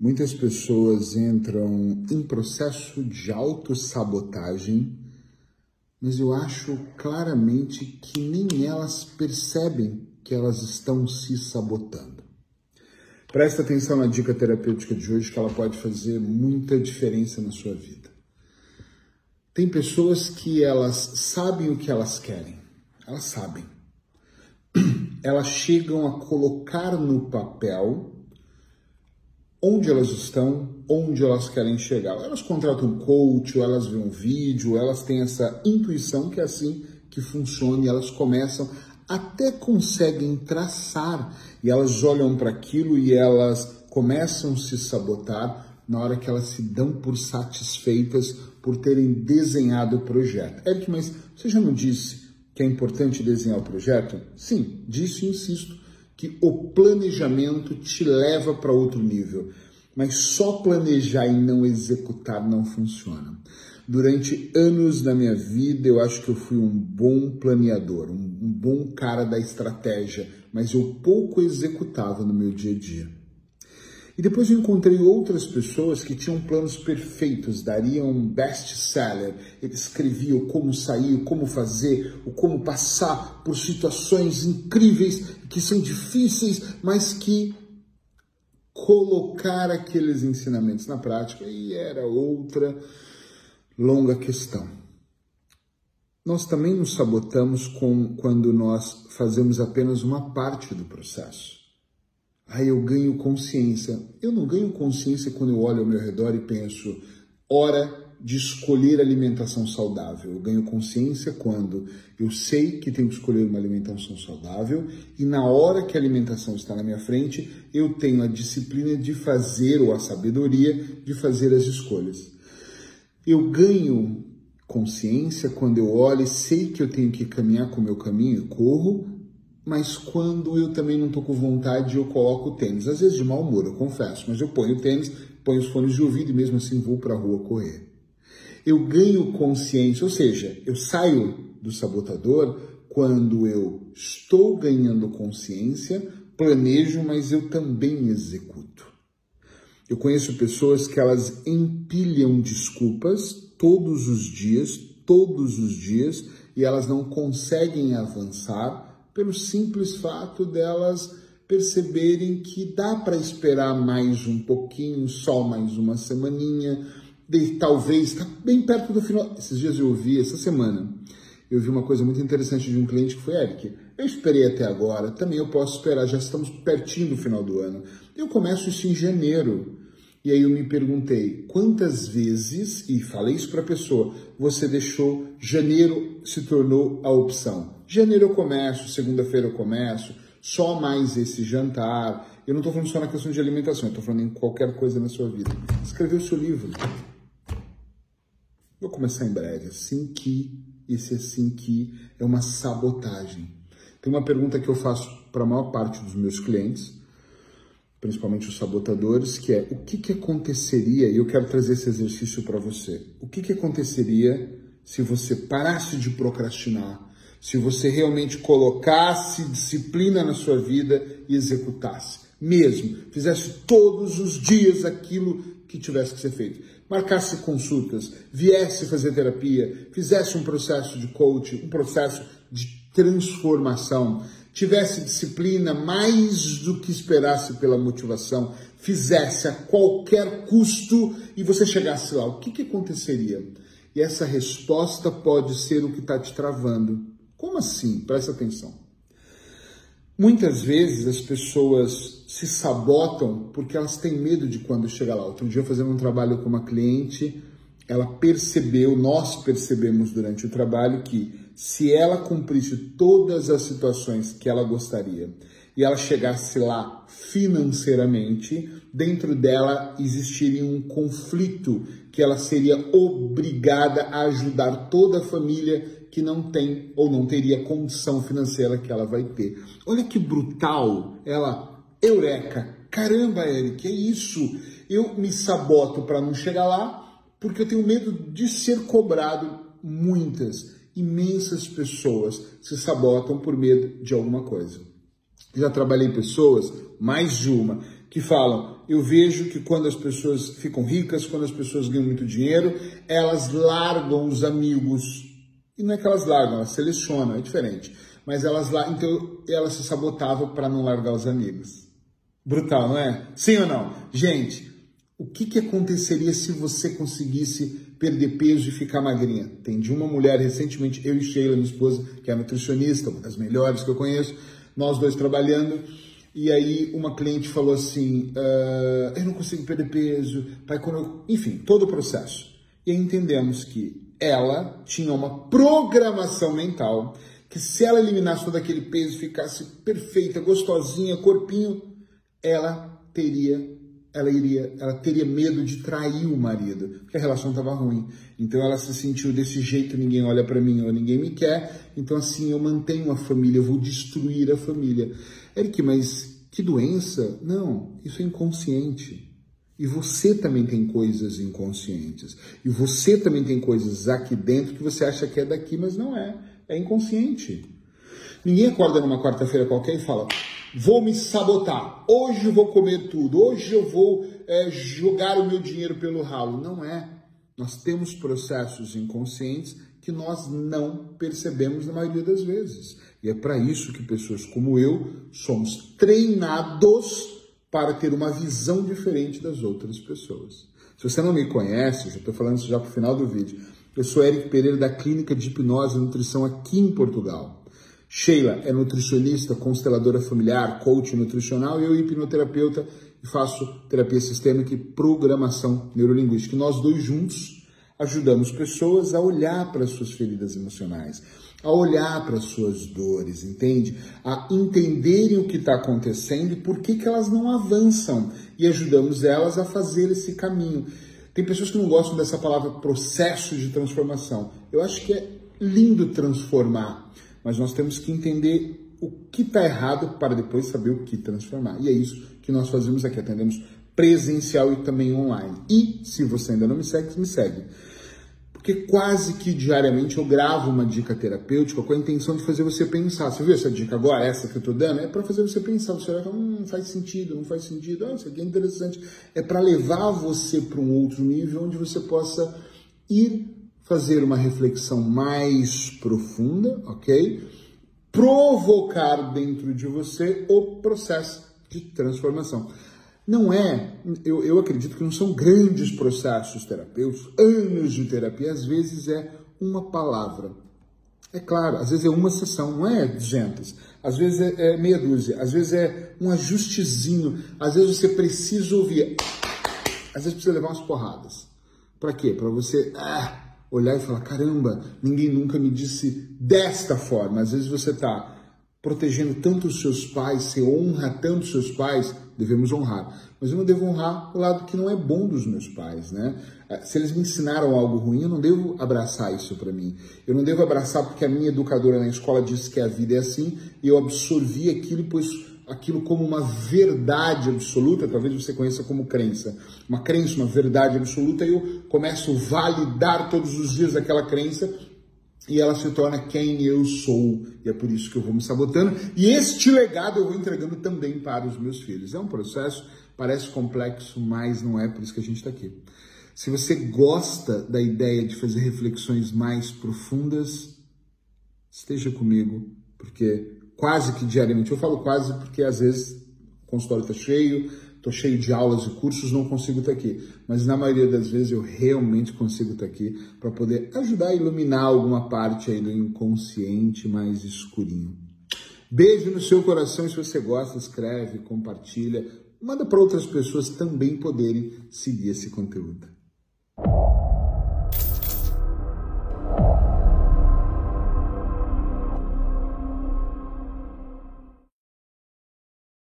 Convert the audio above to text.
Muitas pessoas entram em processo de autossabotagem, mas eu acho claramente que nem elas percebem que elas estão se sabotando. Presta atenção na dica terapêutica de hoje, que ela pode fazer muita diferença na sua vida. Tem pessoas que elas sabem o que elas querem, elas sabem. Elas chegam a colocar no papel onde elas estão, onde elas querem chegar. Elas contratam um coach, ou elas veem um vídeo, elas têm essa intuição que é assim que funciona e elas começam, até conseguem traçar e elas olham para aquilo e elas começam a se sabotar na hora que elas se dão por satisfeitas por terem desenhado o projeto. Eric, mas você já não disse que é importante desenhar o projeto? Sim, disse e insisto que o planejamento te leva para outro nível, mas só planejar e não executar não funciona. Durante anos da minha vida, eu acho que eu fui um bom planeador, um bom cara da estratégia, mas eu pouco executava no meu dia a dia. E depois eu encontrei outras pessoas que tinham planos perfeitos, dariam um best-seller. Eles escreviam como sair, como fazer, o como passar por situações incríveis, que são difíceis, mas que colocar aqueles ensinamentos na prática e era outra longa questão. Nós também nos sabotamos quando nós fazemos apenas uma parte do processo. Eu ganho consciência. Eu não ganho consciência quando eu olho ao meu redor e penso, hora de escolher alimentação saudável. Eu ganho consciência quando eu sei que tenho que escolher uma alimentação saudável e na hora que a alimentação está na minha frente, eu tenho a disciplina de fazer, ou a sabedoria de fazer as escolhas. Eu ganho consciência quando eu olho e sei que eu tenho que caminhar com o meu caminho e corro, mas quando eu também não estou com vontade, eu coloco o tênis. Às vezes de mau humor, eu confesso, mas eu ponho o tênis, ponho os fones de ouvido e mesmo assim vou para a rua correr. Eu ganho consciência, ou seja, eu saio do sabotador quando eu estou ganhando consciência, planejo, mas eu também executo. Eu conheço pessoas que elas empilham desculpas todos os dias, e elas não conseguem avançar pelo simples fato delas perceberem que dá para esperar mais um pouquinho, só mais uma semaninha, talvez, está bem perto do final. Esses dias essa semana, eu vi uma coisa muito interessante de um cliente que foi, Eric, eu esperei até agora, também eu posso esperar, já estamos pertinho do final do ano. Eu começo isso em janeiro. E aí eu me perguntei, quantas vezes, e falei isso para a pessoa, você deixou janeiro se tornou a opção? Janeiro eu começo, segunda-feira eu começo, só mais esse jantar. Eu não estou falando só na questão de alimentação, eu estou falando em qualquer coisa na sua vida. Escreveu o seu livro. Vou começar em breve, assim que é uma sabotagem. Tem uma pergunta que eu faço para a maior parte dos meus clientes, principalmente os sabotadores, que é o que aconteceria, e eu quero trazer esse exercício para você, o que aconteceria se você parasse de procrastinar, se você realmente colocasse disciplina na sua vida e executasse, mesmo, fizesse todos os dias aquilo que tivesse que ser feito, marcasse consultas, viesse fazer terapia, fizesse um processo de coaching, um processo de transformação, tivesse disciplina mais do que esperasse pela motivação, fizesse a qualquer custo e você chegasse lá, o que aconteceria? E essa resposta pode ser o que está te travando. Como assim? Presta atenção. Muitas vezes as pessoas se sabotam porque elas têm medo de quando chegar lá. Outro dia eu fazendo um trabalho com uma cliente, ela percebeu, nós percebemos durante o trabalho que se ela cumprisse todas as situações que ela gostaria e ela chegasse lá financeiramente, dentro dela existiria um conflito que ela seria obrigada a ajudar toda a família que não tem ou não teria condição financeira que ela vai ter. Olha que brutal, eureka, caramba, Eric, é isso. Eu me saboto para não chegar lá porque eu tenho medo de ser cobrado. Imensas pessoas se sabotam por medo de alguma coisa. Já trabalhei pessoas, mais de uma, que falam, eu vejo que quando as pessoas ficam ricas, quando as pessoas ganham muito dinheiro, elas largam os amigos. E não é que elas largam, elas selecionam, é diferente. Mas então elas se sabotavam para não largar os amigos. Brutal, não é? Sim ou não? Gente, o que aconteceria se você conseguisse perder peso e ficar magrinha? Atendi uma mulher recentemente, eu e Sheila, minha esposa, que é nutricionista, uma das melhores que eu conheço, nós dois trabalhando, e aí uma cliente falou assim, eu não consigo perder peso, pai, enfim, todo o processo. E aí entendemos que ela tinha uma programação mental que se ela eliminasse todo aquele peso, ficasse perfeita, gostosinha, corpinho, ela teria medo de trair o marido, porque a relação estava ruim. Então ela se sentiu desse jeito, ninguém olha para mim ou ninguém me quer, então assim eu mantenho a família, eu vou destruir a família. Eric, mas que doença? Não, isso é inconsciente. E você também tem coisas inconscientes. E você também tem coisas aqui dentro que você acha que é daqui, mas não é. É inconsciente. Ninguém acorda numa quarta-feira qualquer e fala, vou me sabotar, hoje eu vou comer tudo, hoje eu vou jogar o meu dinheiro pelo ralo. Não é. Nós temos processos inconscientes que nós não percebemos na maioria das vezes. E é para isso que pessoas como eu somos treinados para ter uma visão diferente das outras pessoas. Se você não me conhece, já estou falando isso já para o final do vídeo, eu sou Eric Pereira da Clínica de Hipnose e Nutrição aqui em Portugal. Sheila é nutricionista, consteladora familiar, coach nutricional, e eu hipnoterapeuta e faço terapia sistêmica e programação neurolinguística. E nós dois juntos ajudamos pessoas a olhar para as suas feridas emocionais, a olhar para as suas dores, entende? A entenderem o que está acontecendo e por que elas não avançam. E ajudamos elas a fazer esse caminho. Tem pessoas que não gostam dessa palavra processo de transformação. Eu acho que é lindo transformar, mas nós temos que entender o que está errado para depois saber o que transformar. E é isso que nós fazemos aqui, atendemos presencial e também online. E se você ainda não me segue, me segue. Porque quase que diariamente eu gravo uma dica terapêutica com a intenção de fazer você pensar. Você viu essa dica agora, essa que eu estou dando? É para fazer você pensar. Você vai falar, não faz sentido, não faz sentido. Isso aqui é interessante. É para levar você para um outro nível onde você possa ir fazer uma reflexão mais profunda, ok? Provocar dentro de você o processo de transformação. Não é, eu acredito que não são grandes processos terapêuticos, anos de terapia, às vezes é uma palavra. É claro, às vezes é uma sessão, não é 200, às vezes é meia dúzia, às vezes é um ajustezinho, às vezes você precisa ouvir, às vezes precisa levar umas porradas. Para quê? Para você olhar e falar, caramba, ninguém nunca me disse desta forma. Às vezes você está protegendo tanto os seus pais, você honra tanto os seus pais, devemos honrar. Mas eu não devo honrar o lado que não é bom dos meus pais, né? Se eles me ensinaram algo ruim, eu não devo abraçar isso para mim. Eu não devo abraçar porque a minha educadora na escola disse que a vida é assim, e eu absorvi aquilo e pus aquilo como uma verdade absoluta, talvez você conheça como crença. Uma crença, uma verdade absoluta, e eu começo a validar todos os dias aquela crença, e ela se torna quem eu sou. E é por isso que eu vou me sabotando. E este legado eu vou entregando também para os meus filhos. É um processo, parece complexo, mas não é, por isso que a gente está aqui. Se você gosta da ideia de fazer reflexões mais profundas, esteja comigo, porque quase que diariamente, eu falo quase porque às vezes o consultório está cheio, estou cheio de aulas e cursos, não consigo estar aqui. Mas na maioria das vezes eu realmente consigo estar aqui para poder ajudar a iluminar alguma parte aí do inconsciente mais escurinho. Beijo no seu coração, e se você gosta, escreve, compartilha, manda para outras pessoas também poderem seguir esse conteúdo.